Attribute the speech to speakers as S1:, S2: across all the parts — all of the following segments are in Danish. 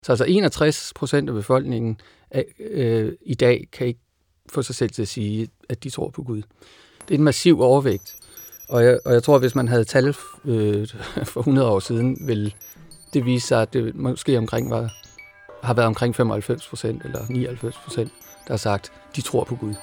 S1: Så altså 61% af befolkningen i dag kan ikke få sig selv til at sige, at de tror på Gud. Det er en massiv overvægt. Og jeg tror, at hvis man havde tal for 100 år siden, ville det vise sig, at det måske har været omkring 95% eller 99%, der har sagt, at de tror på Gud.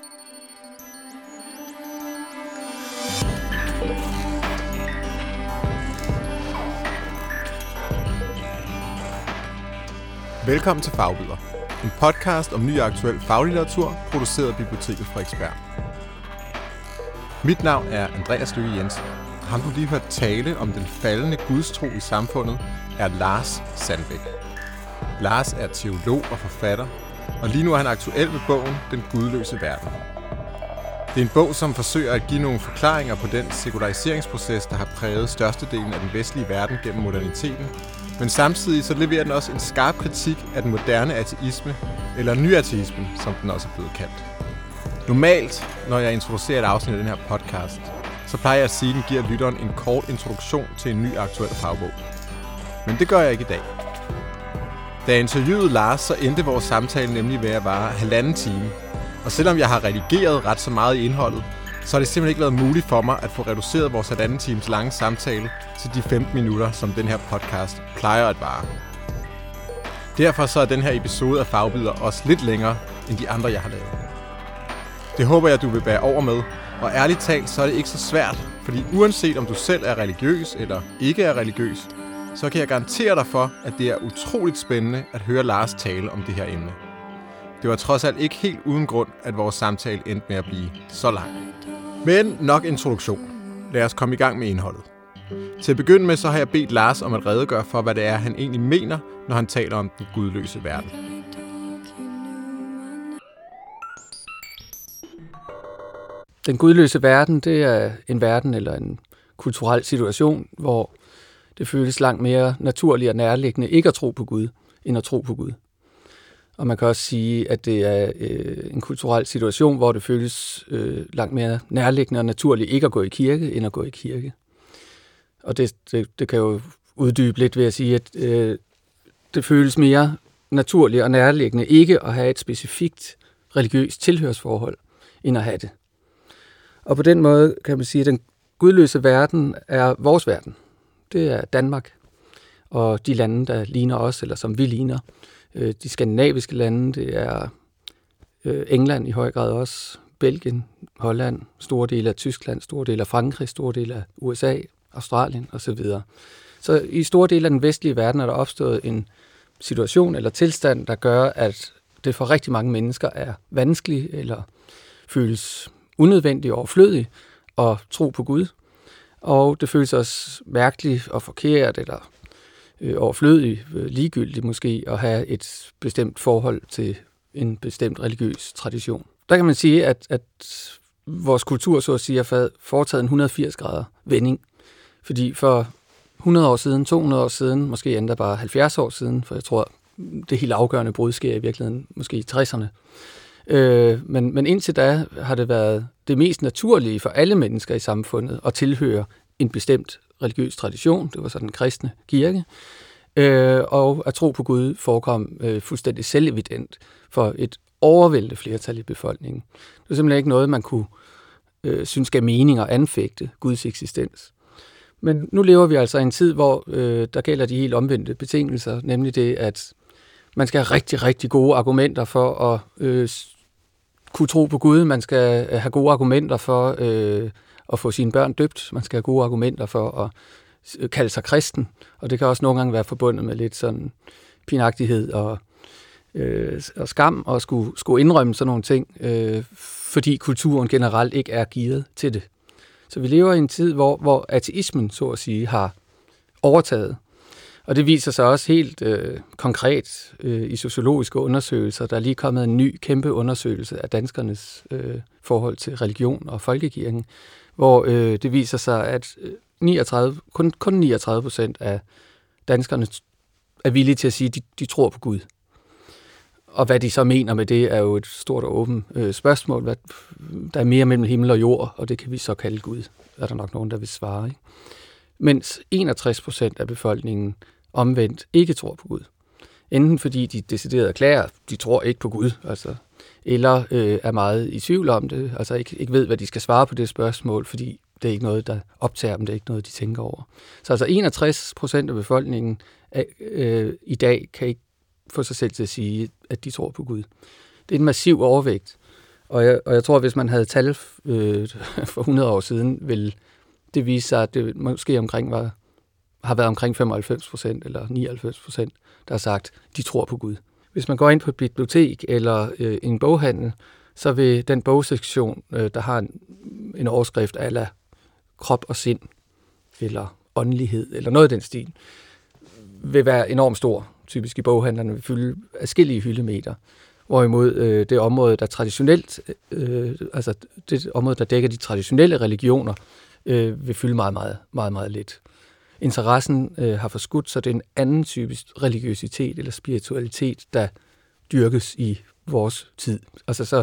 S2: Velkommen til Fagbidder, en podcast om ny og aktuel faglitteratur, produceret af Biblioteket Frederiksberg. Mit navn er Andreas Løkke Jensen. Ham du lige hørt tale om den faldende gudstro i samfundet, er Lars Sandbæk. Lars er teolog og forfatter, og lige nu er han aktuel med bogen Den gudløse verden. Det er en bog, som forsøger at give nogle forklaringer på den sekulariseringsproces, der har præget størstedelen af den vestlige verden gennem moderniteten, men samtidig så leverer den også en skarp kritik af den moderne ateisme, eller nyateismen, som den også er blevet kaldt. Normalt, når jeg introducerer et afsnit af den her podcast, så plejer jeg at sige, at den giver lytteren en kort introduktion til en ny aktuel fagbog. Men det gør jeg ikke i dag. Da jeg interviewede Lars, så endte vores samtale nemlig ved at vare 1,5 time. Og selvom jeg har redigeret ret så meget i indholdet, så har det simpelthen ikke været muligt for mig at få reduceret vores 1,5 times lange samtale til de 15 minutter, som den her podcast plejer at vare. Derfor så er den her episode af Fagbidder også lidt længere end de andre, jeg har lavet. Det håber jeg, du vil bære over med, og ærligt talt, så er det ikke så svært, fordi uanset om du selv er religiøs eller ikke er religiøs, så kan jeg garantere dig for, at det er utroligt spændende at høre Lars tale om det her emne. Det var trods alt ikke helt uden grund, at vores samtale endte med at blive så lang. Men nok introduktion. Lad os komme i gang med indholdet. Til at begynde med, så har jeg bedt Lars om at redegøre for, hvad det er, han egentlig mener, når han taler om den gudløse verden.
S1: Den gudløse verden, det er en verden eller en kulturel situation, hvor det føles langt mere naturligt og nærliggende ikke at tro på Gud, end at tro på Gud. Og man kan også sige, at det er en kulturel situation, hvor det føles langt mere nærliggende og naturligt ikke at gå i kirke, end at gå i kirke. Og det kan jo uddybe lidt ved at sige, at det føles mere naturligt og nærliggende ikke at have et specifikt religiøst tilhørsforhold, end at have det. Og på den måde kan man sige, at den gudløse verden er vores verden. Det er Danmark og de lande, der ligner os, eller som vi ligner. De skandinaviske lande, det er England i høj grad også, Belgien, Holland, store dele af Tyskland, store dele af Frankrig, store dele af USA, Australien osv. Så i store dele af den vestlige verden er der opstået en situation eller tilstand, der gør, at det for rigtig mange mennesker er vanskeligt eller føles unødvendigt og overflødigt at tro på Gud. Og det føles også mærkeligt og forkert eller overflødigt, ligegyldigt måske, at have et bestemt forhold til en bestemt religiøs tradition. Der kan man sige, at vores kultur, så at sige, har foretaget en 180 grader vending. Fordi for 100 år siden, 200 år siden, måske endda bare 70 år siden, for jeg tror, det helt afgørende brud sker i virkeligheden måske i 60'erne. Men indtil da har det været det mest naturlige for alle mennesker i samfundet at tilhøre en bestemt religiøs tradition. Det var så den kristne kirke. Og at tro på Gud forekom fuldstændig selvevident for et overvældende flertal i befolkningen. Det var simpelthen ikke noget, man kunne synes gav mening og anfægte Guds eksistens. Men nu lever vi altså i en tid, hvor der gælder de helt omvendte betingelser, nemlig det, at man skal have rigtig, rigtig gode argumenter for at kunne tro på Gud. Man skal have gode argumenter for at få sine børn døbt. Man skal have gode argumenter for at kalde sig kristen. Og det kan også nogle gange være forbundet med lidt sådan pinagtighed og skam og skulle indrømme sådan nogle ting, fordi kulturen generelt ikke er gearet til det. Så vi lever i en tid, hvor ateismen, så at sige, har overtaget. Og det viser sig også helt konkret i sociologiske undersøgelser. Der er lige kommet en ny kæmpe undersøgelse af danskernes forhold til religion og folkekirken, hvor det viser sig, at kun 39% af danskerne er villige til at sige, at de tror på Gud. Og hvad de så mener med det, er jo et stort og åbent spørgsmål. Der er mere mellem himmel og jord, og det kan vi så kalde Gud. Er der nok nogen, der vil svare, ikke? Mens 61% af befolkningen omvendt ikke tror på Gud. Enten fordi de decideret erklærer, de tror ikke på Gud, altså, eller er meget i tvivl om det, altså ikke ved, hvad de skal svare på det spørgsmål, fordi det er ikke noget, der optager dem, det er ikke noget, de tænker over. Så altså 61% af befolkningen i dag kan ikke få sig selv til at sige, at de tror på Gud. Det er en massiv overvægt, og jeg tror, at hvis man havde tal for 100 år siden, ville det vise sig, at det måske har været omkring 95% eller 99%, der har sagt, de tror på Gud. Hvis man går ind på et bibliotek eller en boghandel, så vil den bogsektion, der har en overskrift a la krop og sind, eller åndelighed, eller noget af den stil, vil være enormt stor. Typisk i boghandlerne vil fylde adskillige hyldemeter. Hvorimod det område, der traditionelt, altså det område, der dækker de traditionelle religioner, vil fylde meget, meget, meget, meget lidt. Interessen har forskudt, så det er en anden typisk religiøsitet eller spiritualitet, der dyrkes i vores tid. Altså så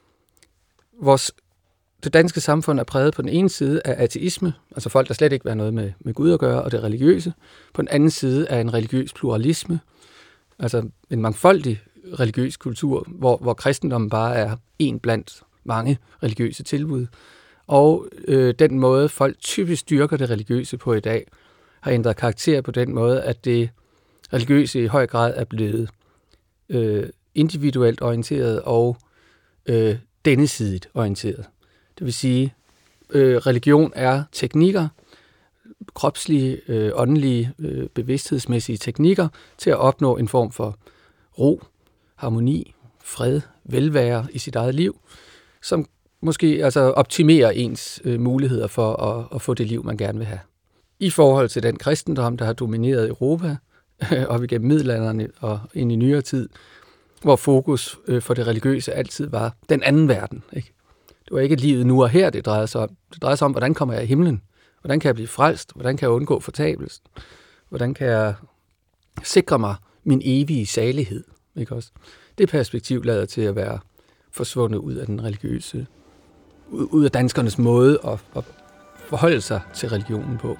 S1: det danske samfund er præget på den ene side af ateisme, altså folk, der slet ikke vil have noget med Gud at gøre, og det religiøse. På den anden side er en religiøs pluralisme, altså en mangfoldig religiøs kultur, hvor kristendommen bare er en blandt mange religiøse tilbud. Og den måde, folk typisk dyrker det religiøse på i dag, har ændret karakter på den måde, at det religiøse i høj grad er blevet individuelt orienteret og dennesidigt orienteret. Det vil sige, religion er teknikker, kropslige, åndelige, bevidsthedsmæssige teknikker til at opnå en form for ro, harmoni, fred, velvære i sit eget liv, som måske altså optimerer ens muligheder for at få det liv, man gerne vil have. I forhold til den kristendom, der har domineret Europa, op igennem middelalderen og ind i nyere tid, hvor fokus for det religiøse altid var den anden verden. Ikke? Det var ikke livet nu og her, det drejede sig om. Det drejede sig om, hvordan kommer jeg i himlen? Hvordan kan jeg blive frelst? Hvordan kan jeg undgå fortabelse? Hvordan kan jeg sikre mig min evige salighed? Ikke også? Det perspektiv lader til at være forsvundet ud af den religiøse, ud af danskernes måde at forholde sig til religionen på.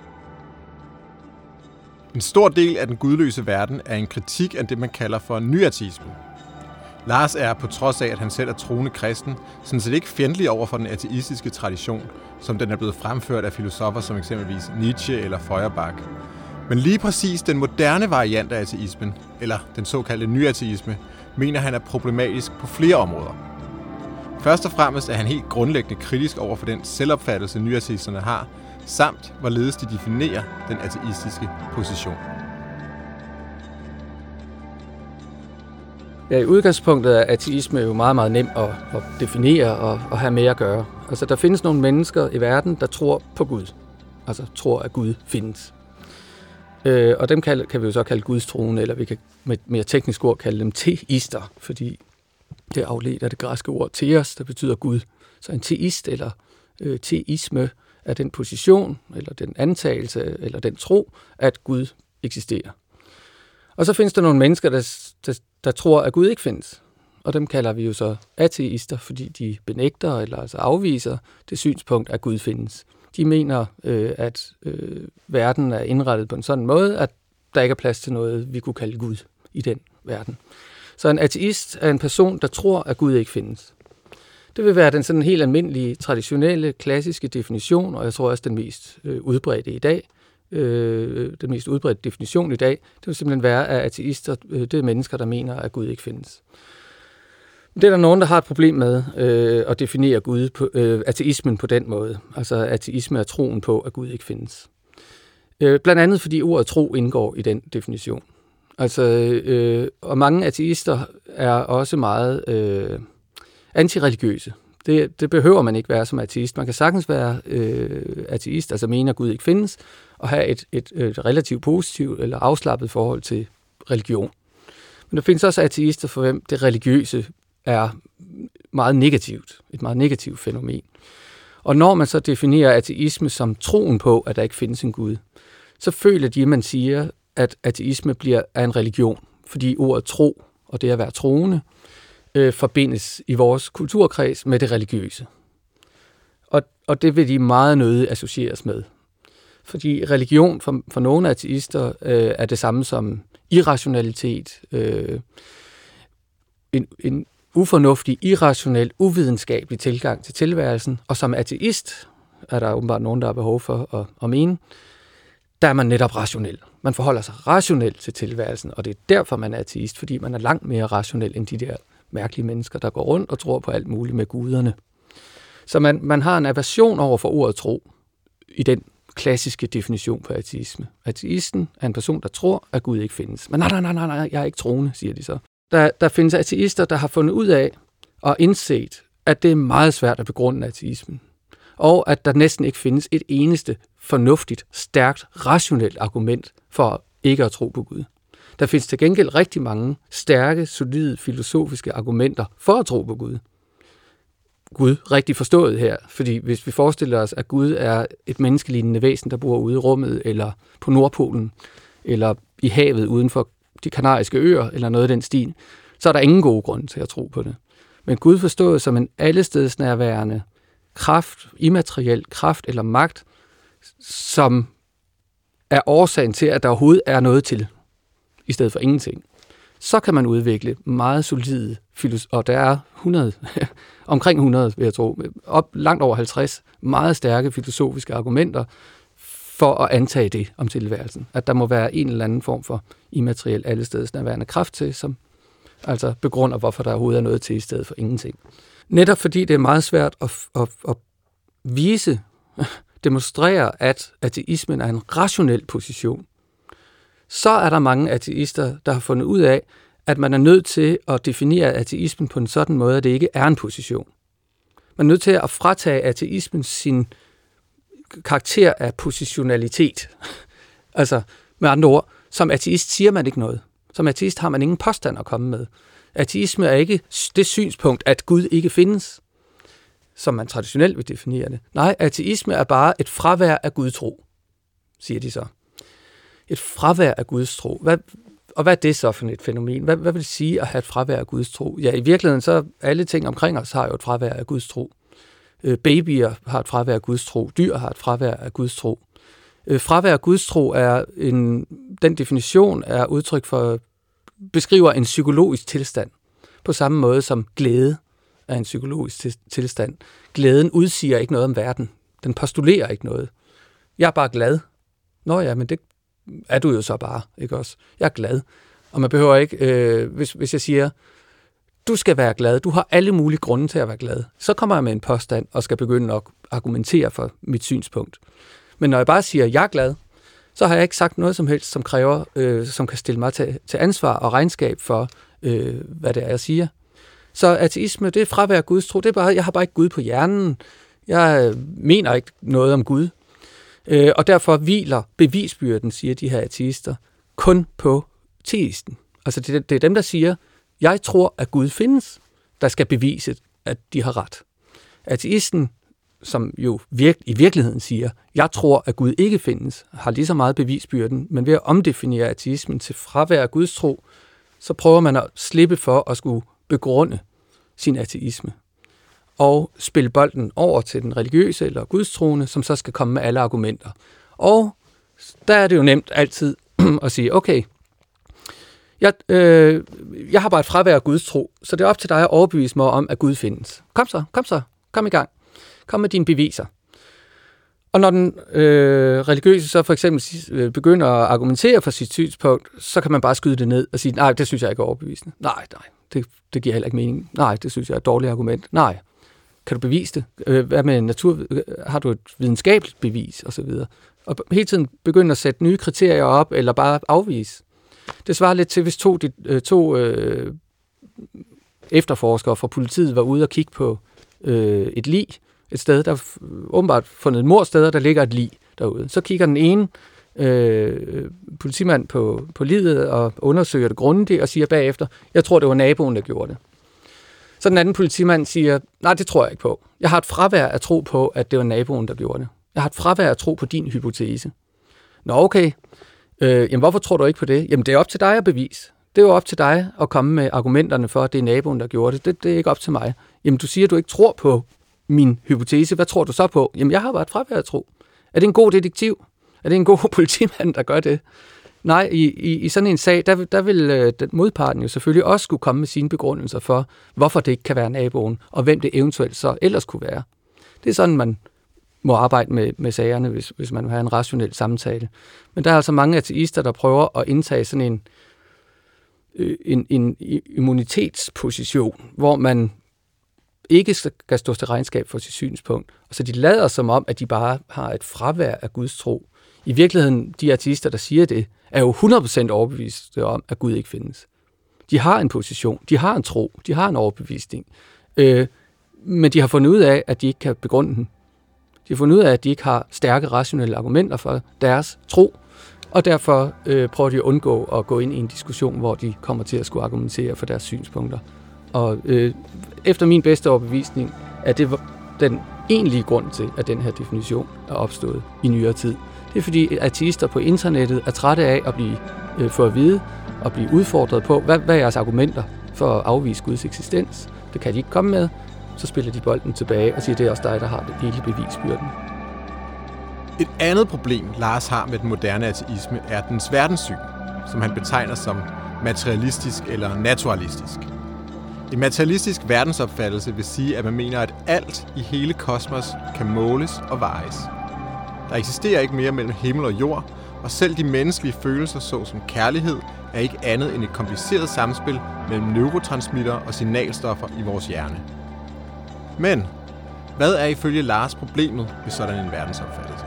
S2: En stor del af den gudløse verden er en kritik af det, man kalder for nyateisme. Lars er, på trods af, at han selv er troende kristen, sådan set ikke fjendtlig over for den ateistiske tradition, som den er blevet fremført af filosofer som eksempelvis Nietzsche eller Feuerbach. Men lige præcis den moderne variant af ateismen, eller den såkaldte nyateisme, mener han er problematisk på flere områder. Først og fremmest er han helt grundlæggende kritisk over for den selvopfattelse, nyateisterne har, samt hvorledes de definerer den ateistiske position.
S1: Ja, i udgangspunktet er ateisme jo meget, meget nem at definere og have med at gøre. Altså, der findes nogle mennesker i verden, der tror på Gud. Altså, tror, at Gud findes. Og dem kan vi jo så kalde gudstroende, eller vi kan med et mere teknisk ord kalde dem teister, fordi det er afledt af det græske ord theos, der betyder Gud. Så en teist eller teisme er den position, eller den antagelse, eller den tro, at Gud eksisterer. Og så findes der nogle mennesker, der tror, at Gud ikke findes. Og dem kalder vi jo så ateister, fordi de benægter eller altså afviser det synspunkt, at Gud findes. De mener, at verden er indrettet på en sådan måde, at der ikke er plads til noget, vi kunne kalde Gud i den verden. Så en ateist er en person, der tror, at Gud ikke findes. Det vil være den sådan helt almindelige, traditionelle, klassiske definition, og jeg tror også den mest udbredte i dag. Den mest udbredte definition i dag, det vil simpelthen være, at ateister, det er mennesker, der mener, at Gud ikke findes. Det er der nogen, der har et problem med at definere Gud på, ateismen på den måde. Altså ateisme er troen på, at Gud ikke findes. Blandt andet fordi ordet tro indgår i den definition. Altså, og mange ateister er også meget antireligiøse. Det behøver man ikke være som ateist. Man kan sagtens være ateist, altså mene, at Gud ikke findes, og have et relativt positivt eller afslappet forhold til religion. Men der findes også ateister, for hvem det religiøse er meget negativt. Et meget negativt fænomen. Og når man så definerer ateisme som troen på, at der ikke findes en Gud, så føler de, at man siger, at ateisme er en religion, fordi ordet tro og det at være troende forbindes i vores kulturkreds med det religiøse. Og det vil de meget nødig associeres med. Fordi religion for nogle ateister er det samme som irrationalitet, en ufornuftig, irrationel, uvidenskabelig tilgang til tilværelsen, og som ateist er der åbenbart nogen, der har behov for at mene, der er man netop rationel. Man forholder sig rationelt til tilværelsen, og det er derfor, man er ateist, fordi man er langt mere rationel end de der mærkelige mennesker, der går rundt og tror på alt muligt med guderne. Så man har en aversion over for ordet tro i den klassiske definition på ateisme. Ateisten er en person, der tror, at Gud ikke findes. Men nej, jeg er ikke troende, siger de så. Der findes ateister, der har fundet ud af og indset, at det er meget svært at begrunde ateismen, og at der næsten ikke findes et eneste fornuftigt, stærkt, rationelt argument for ikke at tro på Gud. Der findes til gengæld rigtig mange stærke, solide, filosofiske argumenter for at tro på Gud. Gud rigtig forstået her, fordi hvis vi forestiller os, at Gud er et menneskelignende væsen, der bor ude i rummet, eller på Nordpolen, eller i havet uden for de kanariske øer, eller noget af den stil, så er der ingen gode grund til at tro på det. Men Gud forstået som en allestedsnærværende kraft, immateriel kraft eller magt, som er årsagen til, at der overhovedet er noget til, i stedet for ingenting. Så kan man udvikle meget solide, og der er 100, omkring 100, vil jeg tro, langt over 50, meget stærke filosofiske argumenter for at antage det om tilværelsen. At der må være en eller anden form for immateriel allestedsnærværende kraft til, som altså begrunder, hvorfor der overhovedet er noget til, i stedet for ingenting. Netop fordi det er meget svært at vise, demonstrere, at ateismen er en rationel position, så er der mange ateister, der har fundet ud af, at man er nødt til at definere ateismen på en sådan måde, at det ikke er en position. Man er nødt til at fratage ateismen sin karakter af positionalitet. Altså, med andre ord, som ateist siger man ikke noget. Som ateist har man ingen påstand at komme med. Ateisme er ikke det synspunkt, at Gud ikke findes, som man traditionelt vil definere det. Nej, ateisme er bare et fravær af gudstro, siger de så. Et fravær af gudstro. Og hvad er det så for et fænomen? Hvad vil det sige at have et fravær af gudstro? Ja, i virkeligheden så alle ting omkring os har jo et fravær af gudstro. Babyer har et fravær af gudstro. Dyr har et fravær af gudstro. Fravær af gudstro er den definition er udtryk for, beskriver en psykologisk tilstand. På samme måde som glæde er en psykologisk tilstand. Glæden udsiger ikke noget om verden. Den postulerer ikke noget. Jeg er bare glad. Nå ja, men det er du jo så bare, ikke også? Jeg er glad. Og man behøver ikke, hvis jeg siger, du skal være glad, du har alle mulige grunde til at være glad, så kommer jeg med en påstand og skal begynde at argumentere for mit synspunkt. Men når jeg bare siger, jeg er glad, så har jeg ikke sagt noget som helst, som kræver, som kan stille mig til ansvar og regnskab for, hvad det er, jeg siger. Så ateisme, det er fravær af Guds tro. Det er bare, jeg har bare ikke Gud på hjernen. Jeg mener ikke noget om Gud. Og derfor hviler bevisbyrden, siger de her ateister, kun på teisten. Altså det er dem, der siger, jeg tror, at Gud findes, der skal bevise, at de har ret. Ateisten, som jo i virkeligheden siger, jeg tror, at Gud ikke findes, har lige så meget bevisbyrden, men ved at omdefinere ateismen til fravær af Guds tro, så prøver man at slippe for at skulle begrunde sin ateisme og spille bolden over til den religiøse eller gudstroende, som så skal komme med alle argumenter. Og der er det jo nemt altid at sige, okay, jeg har bare et fravær af Guds tro, så det er op til dig at overbevise mig om, at Gud findes. Kom i gang. Kom med dine beviser. Og når den religiøse så for eksempel begynder at argumentere for sit synspunkt, så kan man bare skyde det ned og sige, nej, det synes jeg ikke er overbevisende. Nej, det giver heller ikke mening. Nej, det synes jeg er et dårligt argument. Nej, kan du bevise det? Hvad med natur? Har du et videnskabeligt bevis? Og så videre. Og hele tiden begynde at sætte nye kriterier op, eller bare afvise. Det svarer lidt til, hvis to efterforskere fra politiet var ude og kigge på et lig, et sted, der åbenbart fundet et mordsted, der ligger et lig derude. Så kigger den ene politimand på liget og undersøger det grundigt og siger bagefter, jeg tror, det var naboen, der gjorde det. Så den anden politimand siger, nej, det tror jeg ikke på. Jeg har et fravær at tro på, at det var naboen, der gjorde det. Jeg har et fravær at tro på din hypotese. Nå, okay. Jamen, hvorfor tror du ikke på det? Jamen, det er op til dig at bevise. Det er jo op til dig at komme med argumenterne for, at det er naboen, der gjorde det. Det er ikke op til mig. Jamen, du siger, at du ikke tror på min hypotese. Hvad tror du så på? Jamen, jeg har bare et fravær at tro. Er det en god detektiv? Er det en god politimand, der gør det? Nej, i sådan en sag, der vil modparten jo selvfølgelig også skulle komme med sine begrundelser for, hvorfor det ikke kan være naboen, og hvem det eventuelt så ellers kunne være. Det er sådan, man må arbejde med sagerne, hvis man vil have en rationel samtale. Men der er altså mange ateister, der prøver at indtage sådan en immunitetsposition, hvor man ikke skal stå til regnskab for sit synspunkt. Og så de lader som om, at de bare har et fravær af Guds tro. I virkeligheden, de ateister, der siger det, er jo 100% overbeviste om, at Gud ikke findes. De har en position, de har en tro, de har en overbevisning. Men de har fundet ud af, at de ikke kan begrunde den. De har fundet ud af, at de ikke har stærke rationelle argumenter for deres tro, og derfor prøver de at undgå at gå ind i en diskussion, hvor de kommer til at skulle argumentere for deres synspunkter. Og efter min bedste overbevisning er det den egentlige grund til, at den her definition er opstået i nyere tid. Det er fordi ateister på internettet er trætte af at blive få at vide og blive udfordret på, hvad er jeres argumenter for at afvise Guds eksistens. Det kan de ikke komme med. Så spiller de bolden tilbage og siger, det er også dig, der har det hele bevisbyrden.
S2: Et andet problem, Lars har med den moderne ateisme, er dens verdenssyn, som han betegner som materialistisk eller naturalistisk. En materialistisk verdensopfattelse vil sige, at man mener, at alt i hele kosmos kan måles og vejes. Der eksisterer ikke mere mellem himmel og jord, og selv de menneskelige følelser, såsom kærlighed, er ikke andet end et kompliceret samspil mellem neurotransmitter og signalstoffer i vores hjerne. Men hvad er ifølge Lars problemet ved sådan en verdensopfattelse?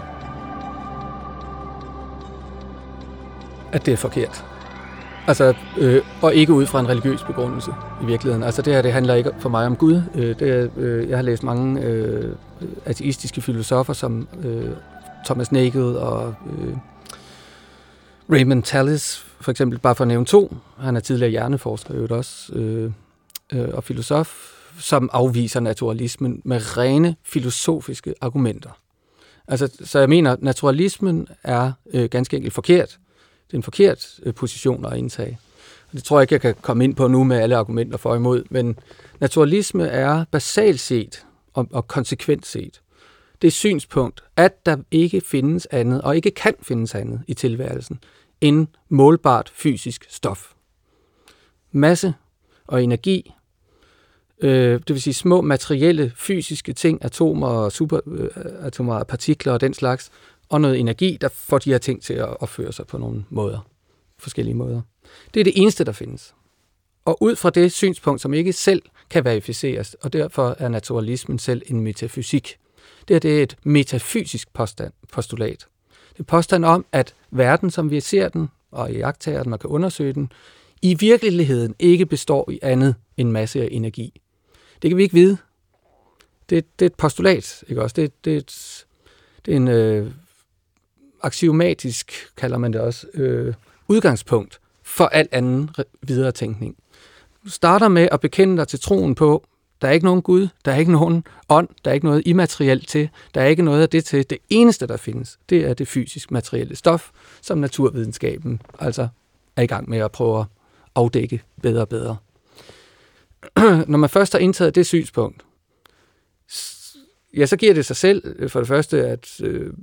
S1: At det er forkert. Altså, og ikke ud fra en religiøs begrundelse i virkeligheden. Altså det her, det handler ikke for mig om Gud. Jeg har læst mange ateistiske filosofer som Thomas Nagel og Raymond Tallis, for eksempel, bare for at nævne 2. Han er tidligere hjerneforsker jo også, og filosof, som afviser naturalismen med rene filosofiske argumenter. Altså, så jeg mener, at naturalismen er ganske enkelt forkert. Det er en forkert position at indtage. Det tror jeg ikke, jeg kan komme ind på nu med alle argumenter for og imod, men naturalisme er basalt set og konsekvent set det synspunkt, at der ikke findes andet, og ikke kan findes andet i tilværelsen, end målbart fysisk stof. Masse og energi, det vil sige små materielle fysiske ting, atomer og superatomer og partikler og den slags, og noget energi, der får de her ting til at opføre sig på nogle måder, forskellige måder. Det er det eneste, der findes. Og ud fra det synspunkt, som ikke selv kan verificeres, og derfor er naturalismen selv en metafysik. Det er et metafysisk postulat. Det er påstand om, at verden, som vi ser den, og iagttager den og kan undersøge den, i virkeligheden ikke består i andet end masse og energi. Det kan vi ikke vide. Det er et postulat, ikke også? Det er en aksiomatisk, kalder man det også, udgangspunkt for al anden videre tænkning. Du starter med at bekende dig til troen på, der er ikke nogen Gud, der er ikke nogen ånd, der er ikke noget immaterielt til, der er ikke noget af det til. Det eneste, der findes, det er det fysisk materielle stof, som naturvidenskaben altså er i gang med at prøve at afdække bedre og bedre. Når man først har indtaget det synspunkt, ja, så giver det sig selv for det første, at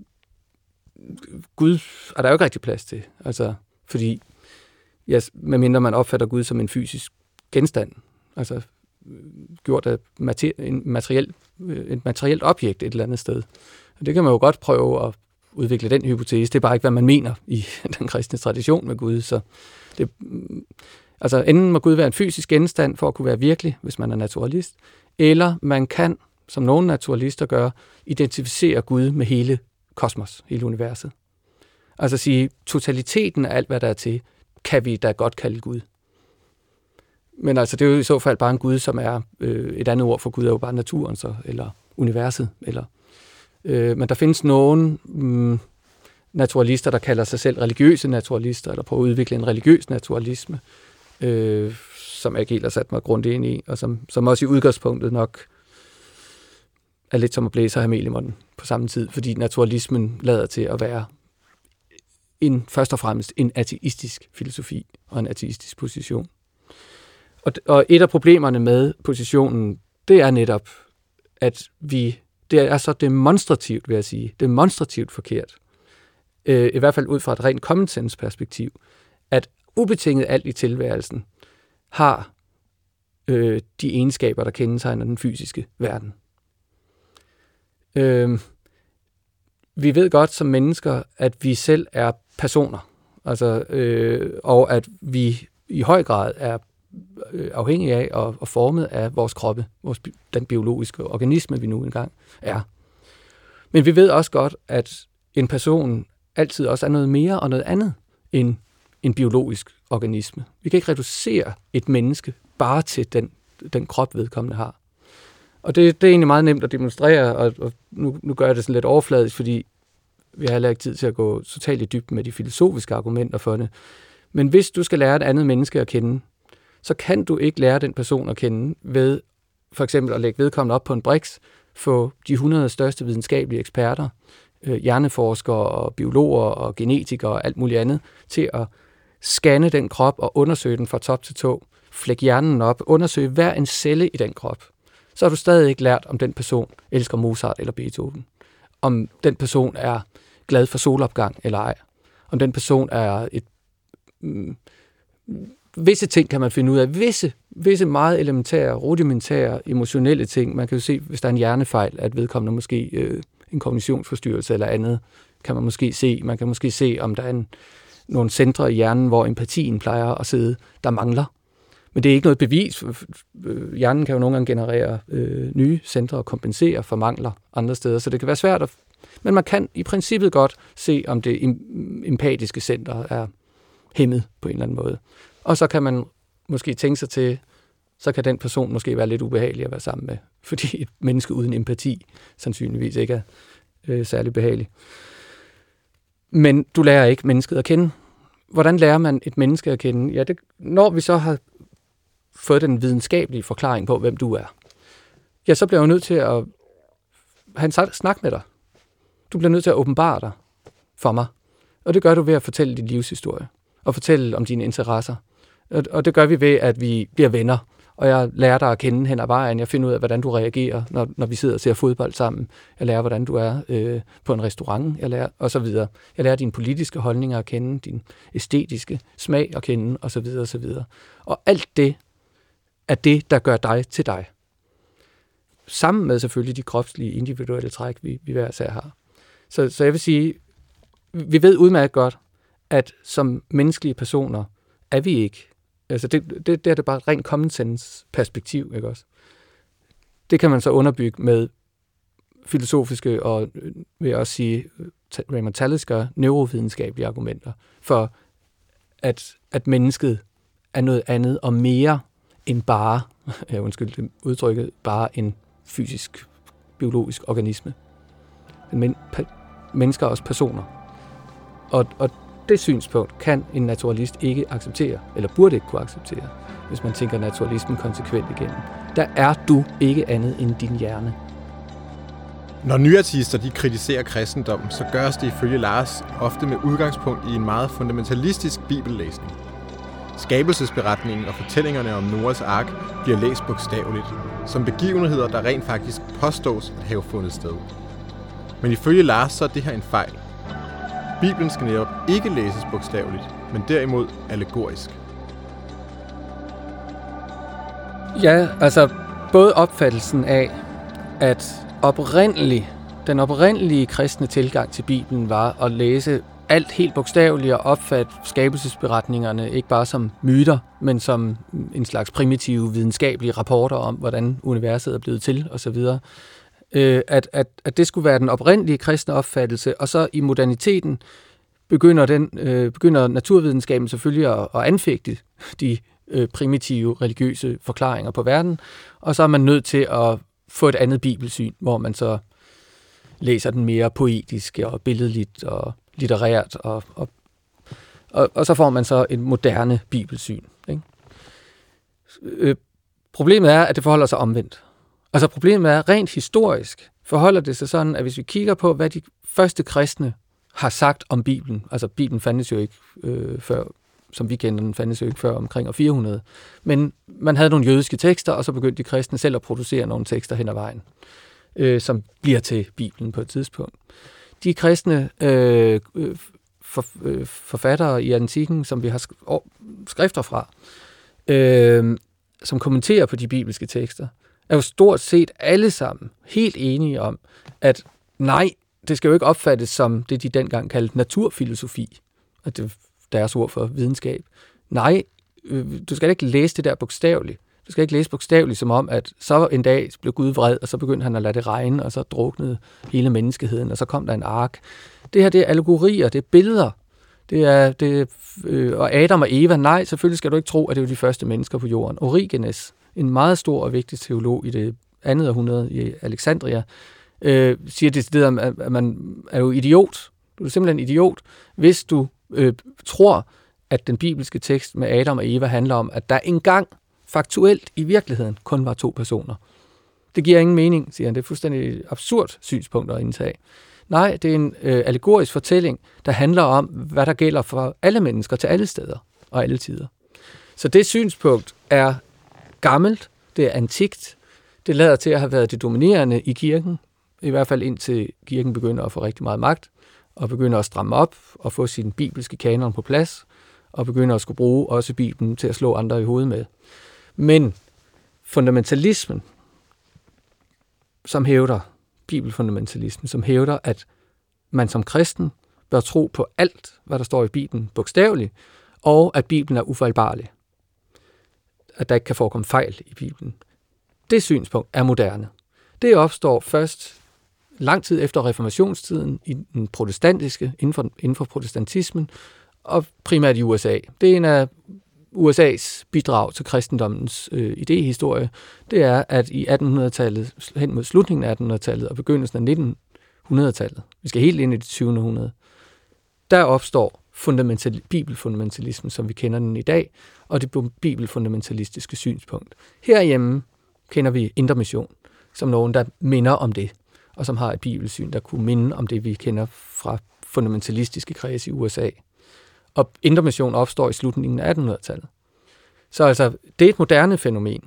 S1: Gud er der jo ikke rigtig plads til. Altså, fordi, ja, medmindre man opfatter Gud som en fysisk genstand, altså gjort af et materielt objekt et eller andet sted. Og det kan man jo godt prøve at udvikle den hypotese. Det er bare ikke, hvad man mener i den kristne tradition med Gud. Så det, altså enten må Gud være en fysisk genstand for at kunne være virkelig, hvis man er naturalist, eller man kan, som nogle naturalister gør, identificere Gud med hele kosmos, hele universet. Altså sige, totaliteten af alt, hvad der er til, kan vi da godt kalde Gud. Men altså, det er jo i så fald bare en Gud, som er et andet ord for Gud, er jo bare naturen, så, eller universet. Eller, men der findes nogle naturalister, der kalder sig selv religiøse naturalister, eller prøver at udvikle en religiøs naturalisme, som jeg ikke helt har sat mig grundigt ind i, og som også i udgangspunktet nok er lidt som at blæse og have mel i munden på samme tid, fordi naturalismen lader til at være først og fremmest en ateistisk filosofi og en ateistisk position. Og et af problemerne med positionen, det er netop, at det er så demonstrativt, vil jeg sige, demonstrativt forkert, i hvert fald ud fra et rent common sense perspektiv, at ubetinget alt i tilværelsen har de egenskaber, der kendetegner den fysiske verden. Vi ved godt som mennesker, at vi selv er personer, altså, og at vi i høj grad er afhængige af og formet af vores kroppe, den biologiske organisme, vi nu engang er. Men vi ved også godt, at en person altid også er noget mere og noget andet end en biologisk organisme. Vi kan ikke reducere et menneske bare til den krop, vedkommende har. Og det er egentlig meget nemt at demonstrere, og nu gør jeg det sådan lidt overfladisk, fordi vi har heller ikke tid til at gå totalt i dybden med de filosofiske argumenter for det. Men hvis du skal lære et andet menneske at kende, så kan du ikke lære den person at kende ved for eksempel at lægge vedkommende op på en briks, få de 100 største videnskabelige eksperter, hjerneforskere og biologer og genetikere og alt muligt andet, til at scanne den krop og undersøge den fra top til tå, flække hjernen op, undersøge hver en celle i den krop. Så har du stadig ikke lært, om den person elsker Mozart eller Beethoven. Om den person er glad for solopgang eller ej. Om den person er visse ting kan man finde ud af. Visse meget elementære, rudimentære, emotionelle ting. Man kan jo se, hvis der er en hjernefejl, at vedkommende måske en kognitionsforstyrrelse eller andet, kan man måske se. Man kan måske se, om der er nogle centre i hjernen, hvor empatien plejer at sidde, der mangler. Men det er ikke noget bevis. Hjernen kan jo nogle gange generere nye centre og kompensere for mangler andre steder, så det kan være svært. Men man kan i princippet godt se, om det empatiske center er hæmmet på en eller anden måde. Og så kan man måske tænke sig til, så kan den person måske være lidt ubehagelig at være sammen med, fordi et menneske uden empati sandsynligvis ikke er særlig behagelig. Men du lærer ikke mennesket at kende. Hvordan lærer man et menneske at kende? Ja, når vi så har fået den videnskabelige forklaring på, hvem du er, ja, så bliver jeg nødt til at have en snak med dig. Du bliver nødt til at åbenbare dig for mig. Og det gør du ved at fortælle din livshistorie og fortælle om dine interesser. Og det gør vi ved, at vi bliver venner. Og jeg lærer dig at kende hen ad vejen. Jeg finder ud af, hvordan du reagerer, når vi sidder og ser fodbold sammen. Jeg lærer, hvordan du er på en restaurant. Jeg lærer, og så videre. Jeg lærer dine politiske holdninger at kende, din æstetiske smag at kende, og så videre, og så videre. Og alt det er det, der gør dig til dig. Sammen med selvfølgelig de kropslige, individuelle træk, vi hver især har. Så jeg vil sige, vi ved udmærket godt, at som menneskelige personer er vi ikke. Altså det er det bare et rent common sense perspektiv, ikke også? Det kan man så underbygge med filosofiske og, vil jeg også sige, Raymond Talisker neurovidenskabelige argumenter for, at mennesket er noget andet og mere end bare, undskyld udtrykket, bare en fysisk, biologisk organisme. Men mennesker er også personer. Og det synspunkt kan en naturalist ikke acceptere, eller burde ikke kunne acceptere, hvis man tænker naturalismen konsekvent igennem. Der er du ikke andet end din hjerne.
S2: Når nyartister de kritiserer kristendommen, så gøres det ifølge Lars ofte med udgangspunkt i en meget fundamentalistisk bibellæsning. Skabelsesberetningen og fortællingerne om Noahs ark bliver læst bogstaveligt, som begivenheder, der rent faktisk påstås at have fundet sted. Men ifølge Lars så er det her en fejl. Bibelen skal netop ikke læses bogstaveligt, men derimod allegorisk.
S1: Ja, altså både opfattelsen af, at den oprindelige kristne tilgang til Bibelen var at læse alt helt bogstaveligt og opfatte skabelsesberetningerne ikke bare som myter, men som en slags primitive videnskabelige rapporter om, hvordan universet er blevet til osv. At det skulle være den oprindelige kristne opfattelse, og så i moderniteten begynder naturvidenskaben selvfølgelig at anfægte de primitive religiøse forklaringer på verden, og så er man nødt til at få et andet bibelsyn, hvor man så læser den mere poetisk og billedligt og litterært, og så får man så et moderne bibelsyn. Ikke? Problemet er, at det forholder sig omvendt. Altså problemet er, rent historisk forholder det sig sådan, at hvis vi kigger på, hvad de første kristne har sagt om Bibelen, altså Bibelen fandtes jo ikke før, som vi kender den, fandtes jo ikke før omkring år 400, men man havde nogle jødiske tekster, og så begyndte de kristne selv at producere nogle tekster hen ad vejen, som bliver til Bibelen på et tidspunkt. De kristne forfattere i antikken, som vi har skrifter fra, som kommenterer på de bibelske tekster, er jo stort set alle sammen helt enige om, at nej, det skal jo ikke opfattes som det, de dengang kaldte naturfilosofi, og det er deres ord for videnskab. Nej, du skal ikke læse det der bogstaveligt. Du skal ikke læse bogstaveligt som om, at så en dag blev Gud vred, og så begyndte han at lade det regne, og så druknede hele menneskeheden, og så kom der en ark. Det her, det er allegorier, det er billeder. Og Adam og Eva, nej, selvfølgelig skal du ikke tro, at det var de første mennesker på jorden. Origenes, en meget stor og vigtig teolog i det andet århundrede i Alexandria, siger det, at man er jo idiot. Du er simpelthen idiot, hvis du tror, at den bibelske tekst med Adam og Eva handler om, at der engang faktuelt i virkeligheden kun var 2 personer. Det giver ingen mening, siger han. Det er fuldstændig absurd synspunkt at indtage. Nej, det er en allegorisk fortælling, der handler om, hvad der gælder for alle mennesker til alle steder og alle tider. Så det synspunkt er gammelt, det er antikt, det lader til at have været det dominerende i kirken, i hvert fald indtil kirken begynder at få rigtig meget magt, og begynder at stramme op og få sin bibelske kanon på plads, og begynder at skulle bruge også Bibelen til at slå andre i hovedet med. Men fundamentalismen, som hævder, bibelfundamentalismen, som hævder, at man som kristen bør tro på alt, hvad der står i Bibelen bogstaveligt, og at Bibelen er ufejlbarlig. At der ikke kan forekomme fejl i Bibelen. Det synspunkt er moderne. Det opstår først lang tid efter reformationstiden i den protestantiske, inden for protestantismen, og primært i USA. Det er en af USA's bidrag til kristendommens idéhistorie. Det er, at i 1800-tallet, hen mod slutningen af 1800-tallet og begyndelsen af 1900-tallet, vi skal helt ind i det 20. århundrede, der opstår bibelfundamentalismen, som vi kender den i dag, og det bibelfundamentalistiske synspunkt. Herhjemme kender vi Indre Mission som nogen, der minder om det, og som har et bibelsyn, der kunne minde om det, vi kender fra fundamentalistiske kredse i USA. Og Indre Mission opstår i slutningen af 1800-tallet. Så altså, det er et moderne fænomen.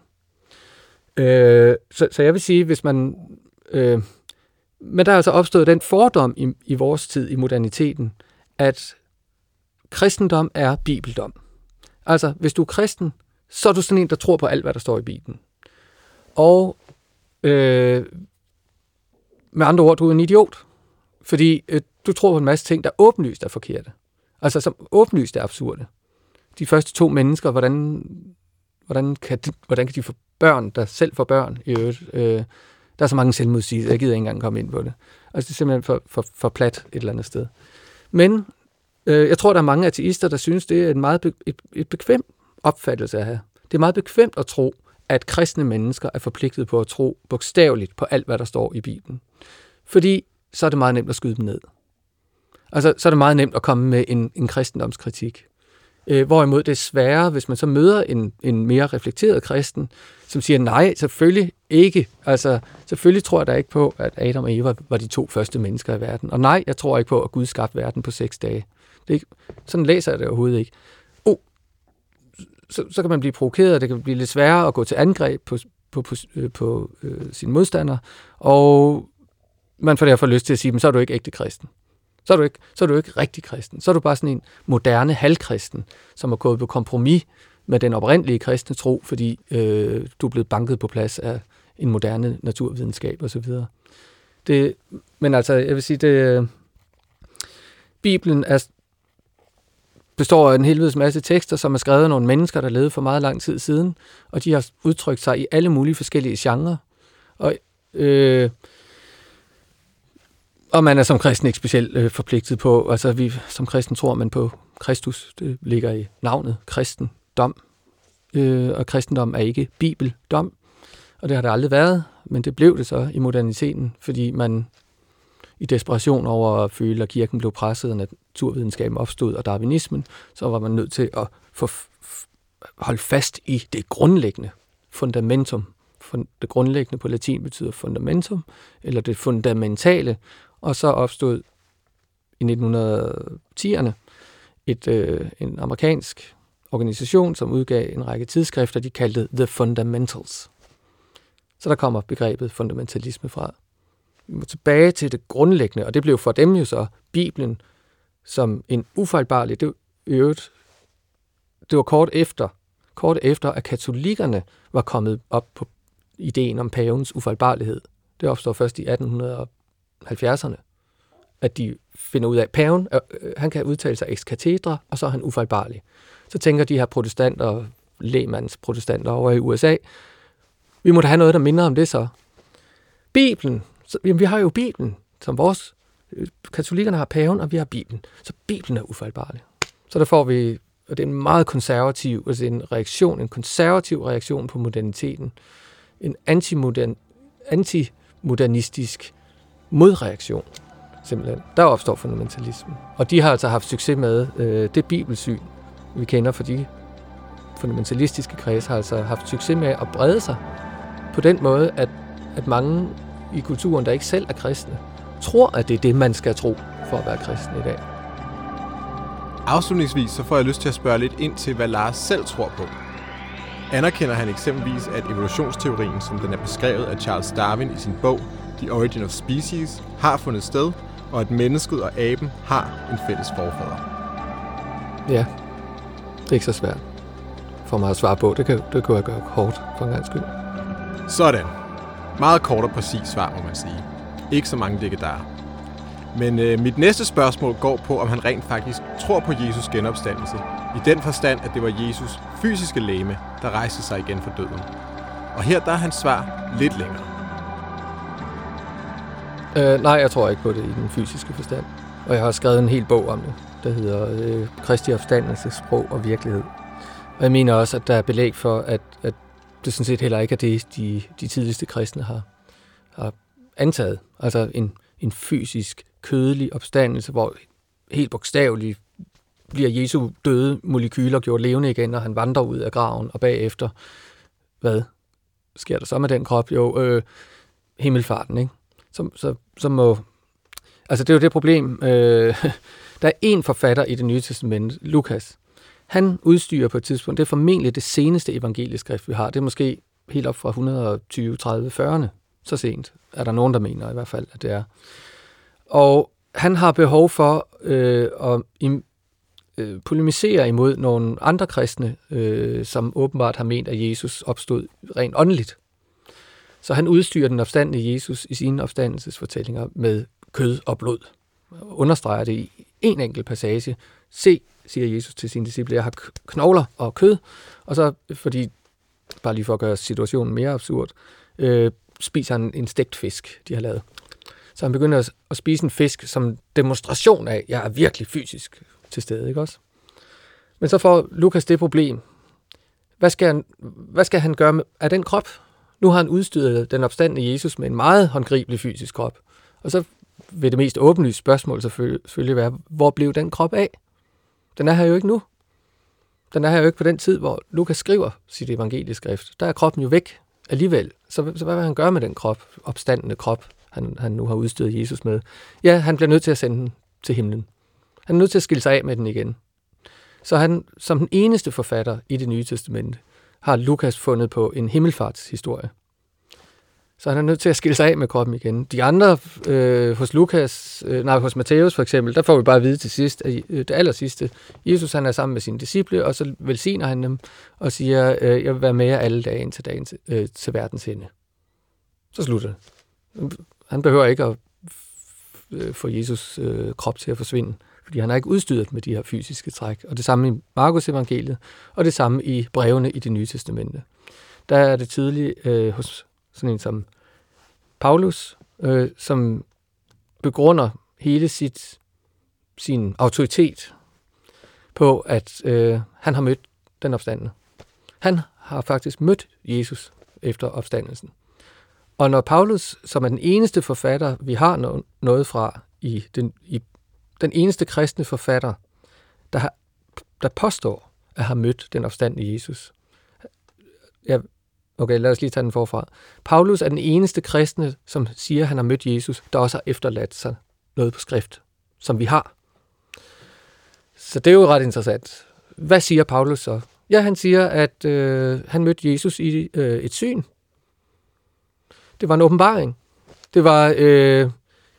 S1: Så jeg vil sige, hvis man... men der er altså opstået den fordom i vores tid, i moderniteten, at kristendom er bibeldom. Altså, hvis du er kristen, så er du sådan en, der tror på alt, hvad der står i Bibelen. Og med andre ord, du er en idiot. Fordi du tror på en masse ting, der åbenlyst er forkerte. Altså, som åbenlyst er absurde. De første 2 mennesker, hvordan kan de få børn, der selv får børn i øvrigt? Der er så mange selvmodsigelser, jeg gider ikke engang komme ind på det. Altså, det er simpelthen for plat et eller andet sted. Men jeg tror, der er mange ateister, der synes, det er en meget et bekvem opfattelse af her. Det er meget bekvemt at tro, at kristne mennesker er forpligtet på at tro bogstaveligt på alt, hvad der står i Bibelen. Fordi så er det meget nemt at skyde dem ned. Altså, så er det meget nemt at komme med en kristendomskritik. Hvorimod det er sværere, hvis man så møder en mere reflekteret kristen, som siger, nej, selvfølgelig ikke. Altså, selvfølgelig tror jeg da ikke på, at Adam og Eva var de 2 første mennesker i verden. Og nej, jeg tror ikke på, at Gud skabte verden på 6 dage. Det er ikke, sådan læser jeg det overhovedet ikke. Så kan man blive provokeret, det kan blive lidt sværere at gå til angreb på sine modstandere, og man får derfor lyst til at sige, men så er du ikke ægte kristen. Så er du ikke rigtig kristen. Så er du bare sådan en moderne halvkristen, som er gået på kompromis med den oprindelige kristne tro, fordi du er blevet banket på plads af en moderne naturvidenskab osv. Men altså, jeg vil sige, Bibelen består af en helvedes masse tekster, som er skrevet af nogle mennesker, der levede for meget lang tid siden, og de har udtrykt sig i alle mulige forskellige genrer. Og man er som kristen ikke specielt forpligtet på, altså vi som kristen tror man på Kristus, det ligger i navnet kristendom, og kristendom er ikke bibeldom, og det har det aldrig været, men det blev det så i moderniteten, fordi man i desperation over at føle, at kirken blev presset, og naturvidenskaben opstod, og darwinismen, så var man nødt til at holde fast i det grundlæggende fundamentum. Det grundlæggende på latin betyder fundamentum, eller det fundamentale, og så opstod i 1910'erne en amerikansk organisation, som udgav en række tidsskrifter, de kaldte The Fundamentals. Så der kommer begrebet fundamentalisme fra. Vi må tilbage til det grundlæggende, og det blev for dem jo så Bibelen som en ufejlbarlig. Det var kort efter, at katolikkerne var kommet op på ideen om pavens ufejlbarlighed. Det opstår først i 1870'erne, at de finder ud af, at paven, han kan udtale sig ex cathedra, og så er han ufejlbarlig. Så tænker de her protestanter, lægmandsprotestanter over i USA, vi må da have noget, der minder om det så. Bibelen, vi har jo Bibelen, som vores katolikkerne har paven, og vi har Bibelen. Så Bibelen er ufejlbarlig. Så der får vi, og det er en meget konservativ, altså en konservativ reaktion på moderniteten. En antimodernistisk modreaktion, simpelthen. Der opstår fundamentalismen. Og de har altså haft succes med det bibelsyn, vi kender, for de fundamentalistiske kredse har altså haft succes med at brede sig på den måde, at mange i kulturen, der ikke selv er kristne, tror, at det er det, man skal tro for at være kristen i dag.
S2: Afslutningsvis så får jeg lyst til at spørge lidt ind til, hvad Lars selv tror på. Anerkender han eksempelvis, at evolutionsteorien, som den er beskrevet af Charles Darwin i sin bog The Origin of Species, har fundet sted, og at mennesket og aben har en fælles forfader?
S1: Ja, det er ikke så svært for mig at svare på. Det kan jeg gøre hårdt for en gang skyld.
S2: Sådan. Meget kort og præcis svar, må man sige. Ikke så mange dikkedarer. Men mit næste spørgsmål går på, om han rent faktisk tror på Jesus genopstandelse, i den forstand, at det var Jesus fysiske legeme, der rejste sig igen fra døden. Og her der er hans svar lidt længere.
S1: Nej, jeg tror ikke på det i den fysiske forstand. Og jeg har skrevet en hel bog om det, der hedder Kristi opstandelse, sprog og virkelighed. Og jeg mener også, at der er belæg for, at det sådan set heller ikke er det, de tidligste kristne har antaget. Altså en fysisk, kødelig opstandelse, hvor helt bogstaveligt bliver Jesu døde molekyler gjort levende igen, og han vandrer ud af graven, og bagefter, hvad sker der så med den krop? Jo, himmelfarten, ikke? Så må... Altså, det er jo det problem. Der er en forfatter i Det Nye Testamente, Lukas. Han udstyrer på et tidspunkt, det er formentlig det seneste evangelieskrift, vi har. Det er måske helt op fra 120, 30, 40'erne. Så sent er der nogen, der mener i hvert fald, at det er. Og han har behov for at polemisere imod nogle andre kristne, som åbenbart har ment, at Jesus opstod rent åndeligt. Så han udstyrer den opstandne Jesus i sine opstandelsesfortællinger med kød og blod. Understreger det i en enkelt passage. Se, siger Jesus til sine disciple, jeg har knogler og kød. Og så, fordi, bare lige for at gøre situationen mere absurd, spiser han en stegt fisk, de har lavet. Så han begynder at spise en fisk som demonstration af, at jeg er virkelig fysisk til stede, ikke også? Men så får Lukas det problem. Hvad skal han gøre af den krop? Nu har han udstyret den opstandne Jesus med en meget håndgribelig fysisk krop. Og så vil det mest åbenlyse spørgsmål selvfølgelig være, hvor blev den krop af? Den er her jo ikke nu. Den er her jo ikke på den tid, hvor Lukas skriver sit evangelieskrift. Der er kroppen jo væk alligevel. Så hvad vil han gøre med den krop, opstandende krop, han nu har udstyret Jesus med? Ja, han bliver nødt til at sende den til himlen. Han er nødt til at skille sig af med den igen. Så han, som den eneste forfatter i Det Nye Testamente, har Lukas fundet på en himmelfartshistorie. Så han er nødt til at skille sig af med kroppen igen. De andre, hos Matthæus for eksempel, der får vi bare at vide til sidst, at det allersidste, Jesus han er sammen med sine disciple, og så velsigner han dem og siger, jeg vil være med jer alle dage indtil dagen til verdens ende. Så slutter det. Han behøver ikke at få Jesus krop til at forsvinde, fordi han er ikke udstyret med de her fysiske træk. Og det samme i Markus evangeliet, og det samme i brevene i Det Nye Testamente. Der er det tydeligt hos sådan en som Paulus, som begrunder hele sin autoritet på, at han har mødt den opstandne. Han har faktisk mødt Jesus efter opstandelsen. Og når Paulus, som er den eneste forfatter, vi har noget fra, i den eneste kristne forfatter, der påstår at have mødt den opstandne Jesus. Okay, lad os lige tage den forfra. Paulus er den eneste kristne, som siger, at han har mødt Jesus, der også har efterladt sig noget på skrift, som vi har. Så det er jo ret interessant. Hvad siger Paulus så? Ja, han siger, at han mødte Jesus i et syn. Det var en åbenbaring. Det var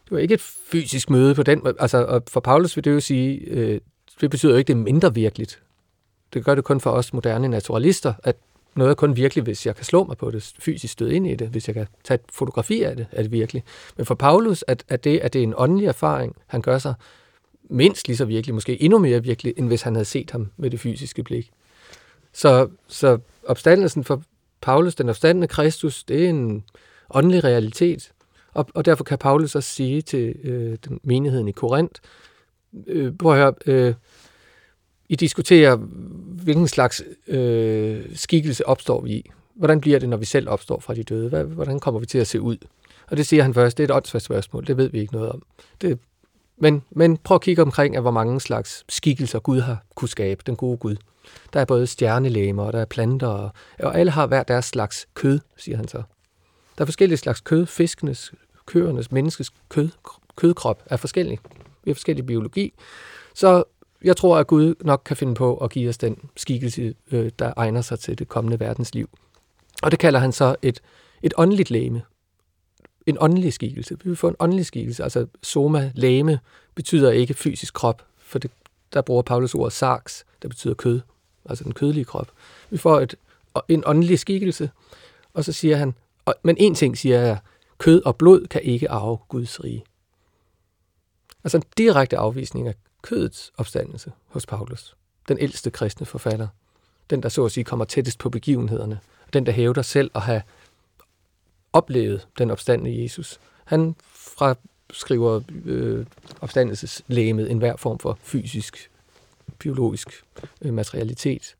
S1: var ikke et fysisk møde på den. Altså, og for Paulus vil det jo sige, det betyder jo ikke, det er mindre virkeligt. Det gør det kun for os moderne naturalister, at noget er kun virkelig, hvis jeg kan slå mig på det, fysisk støde ind i det, hvis jeg kan tage et fotografi af det, er det virkelig. Men for Paulus, at det er en åndelig erfaring, han gør sig mindst lige så virkelig, måske endnu mere virkelig, end hvis han havde set ham med det fysiske blik. Så opstandelsen for Paulus, den opstandende Kristus, det er en åndelig realitet, og derfor kan Paulus også sige til den menigheden i Korint, prøv at høre, I diskuterer, hvilken slags skikkelse opstår vi i. Hvordan bliver det, når vi selv opstår fra de døde? Hvordan kommer vi til at se ud? Og det siger han først, det er et åndssvagt spørgsmål, det ved vi ikke noget om. Men prøv at kigge omkring, af hvor mange slags skikkelser Gud har kunne skabe, den gode Gud. Der er både stjernelægemer, og der er planter, og alle har hver deres slags kød, siger han så. Der er forskellige slags kød, fiskenes, køernes, menneskets kødkrop er forskellig. Vi har forskellig biologi. Så jeg tror, at Gud nok kan finde på at give os den skikkelse, der egner sig til det kommende verdensliv. Og det kalder han så et åndeligt legeme. En åndelig skikkelse. Vi vil få en åndelig skikkelse. Altså soma, legeme, betyder ikke fysisk krop, for der bruger Paulus ordet sarx, der betyder kød, altså den kødelige krop. Vi får en åndelig skikkelse, og så siger han, men en ting siger jeg, kød og blod kan ikke arve Guds rige. Altså en direkte afvisning af kødets opstandelse hos Paulus, den ældste kristne forfatter, den der så at sige kommer tættest på begivenhederne, den der hævder selv at have oplevet den opstandende Jesus. Han fraskriver opstandelseslegemet enhver form for fysisk, biologisk materialitet.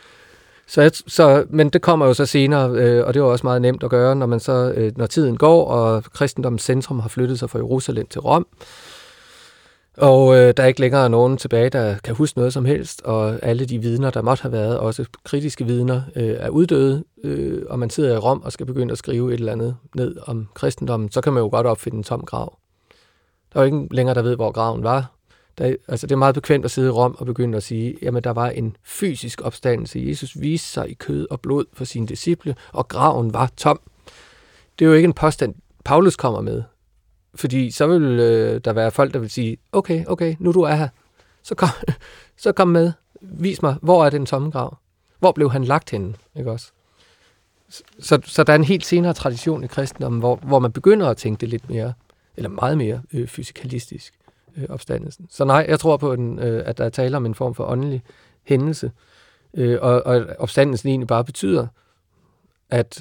S1: Men det kommer jo så senere, og det var også meget nemt at gøre, når tiden går, og kristendommens centrum har flyttet sig fra Jerusalem til Rom, og der er ikke længere nogen tilbage, der kan huske noget som helst, og alle de vidner, der måtte have været, også kritiske vidner, er uddøde, og man sidder i Rom og skal begynde at skrive et eller andet ned om kristendommen, så kan man jo godt opfinde en tom grav. Der er jo ikke længere, der ved, hvor graven var. Det er meget bekvemt at sidde i Rom og begynde at sige, jamen der var en fysisk opstandelse. Jesus viste sig i kød og blod for sine disciple, og graven var tom. Det er jo ikke en påstand, Paulus kommer med. Fordi så vil der være folk, der vil sige, okay, nu du er her, så kom med, vis mig, hvor er den tomme grav? Hvor blev han lagt henne? Ikke også? Så der er en helt senere tradition i kristendommen, hvor man begynder at tænke det lidt mere, eller meget mere fysikalistisk, opstandelsen. Så nej, jeg tror på, at der er tale om en form for åndelig hændelse, og opstandelsen egentlig bare betyder, at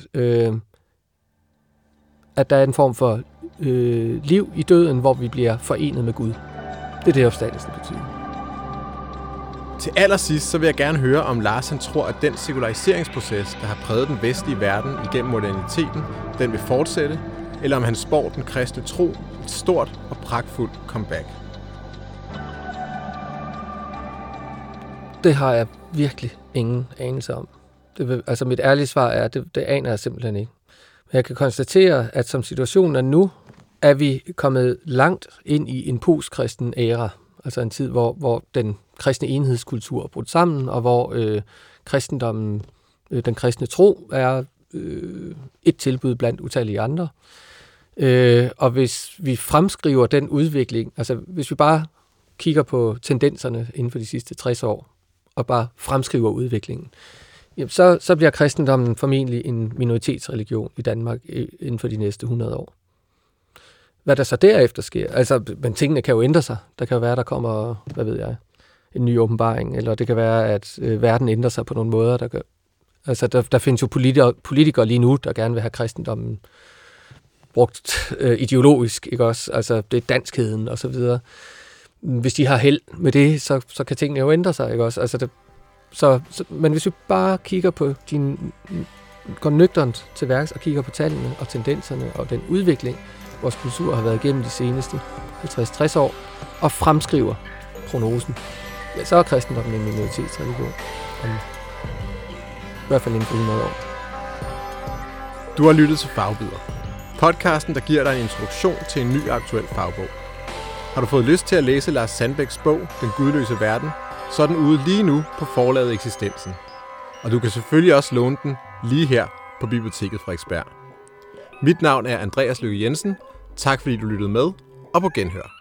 S1: der er en form for liv i døden, hvor vi bliver forenet med Gud. Det er det, opstandelsen betyder.
S2: Til allersidst, så vil jeg gerne høre, om Lars han tror, at den sekulariseringsproces, der har præget den vestlige verden igennem moderniteten, den vil fortsætte, eller om han spår den kristne tro et stort og pragtfuldt comeback.
S1: Det har jeg virkelig ingen anelse om. Mit ærlige svar er, at det aner jeg simpelthen ikke. Men jeg kan konstatere, at som situationen er nu, er vi kommet langt ind i en postkristen æra. Altså en tid, hvor den kristne enhedskultur er brudt sammen, og hvor kristendommen, den kristne tro, er et tilbud blandt utallige andre. Og hvis vi fremskriver den udvikling, altså hvis vi bare kigger på tendenserne inden for de sidste 60 år, og bare fremskriver udviklingen, så bliver kristendommen formentlig en minoritetsreligion i Danmark inden for de næste 100 år. Hvad der så derefter sker, men tingene kan jo ændre sig. Der kan jo være, der kommer, en ny åbenbaring, eller det kan være, at verden ændrer sig på nogle måder. Der findes jo politikere lige nu, der gerne vil have kristendommen brugt ideologisk, ikke også? Altså det er danskheden og så videre. Hvis de har held med det, så kan tingene jo ændre sig, ikke også? Men hvis vi bare kigger på går nøgternt til værks og kigger på tallene og tendenserne og den udvikling, vores kultur har været igennem de seneste 50-60 år, og fremskriver prognosen, så er kristendommen en minoritetsreligion. I hvert fald inden for 100 år.
S2: Du har lyttet til Fagbider. Podcasten, der giver dig en introduktion til en ny aktuel fagbog. Har du fået lyst til at læse Lars Sandbæks bog, Den gudløse verden, så er den ude lige nu på forlaget Eksistensen. Og du kan selvfølgelig også låne den lige her på Biblioteket Frederiksberg. Mit navn er Andreas Lykke Jensen. Tak fordi du lyttede med, og på genhør.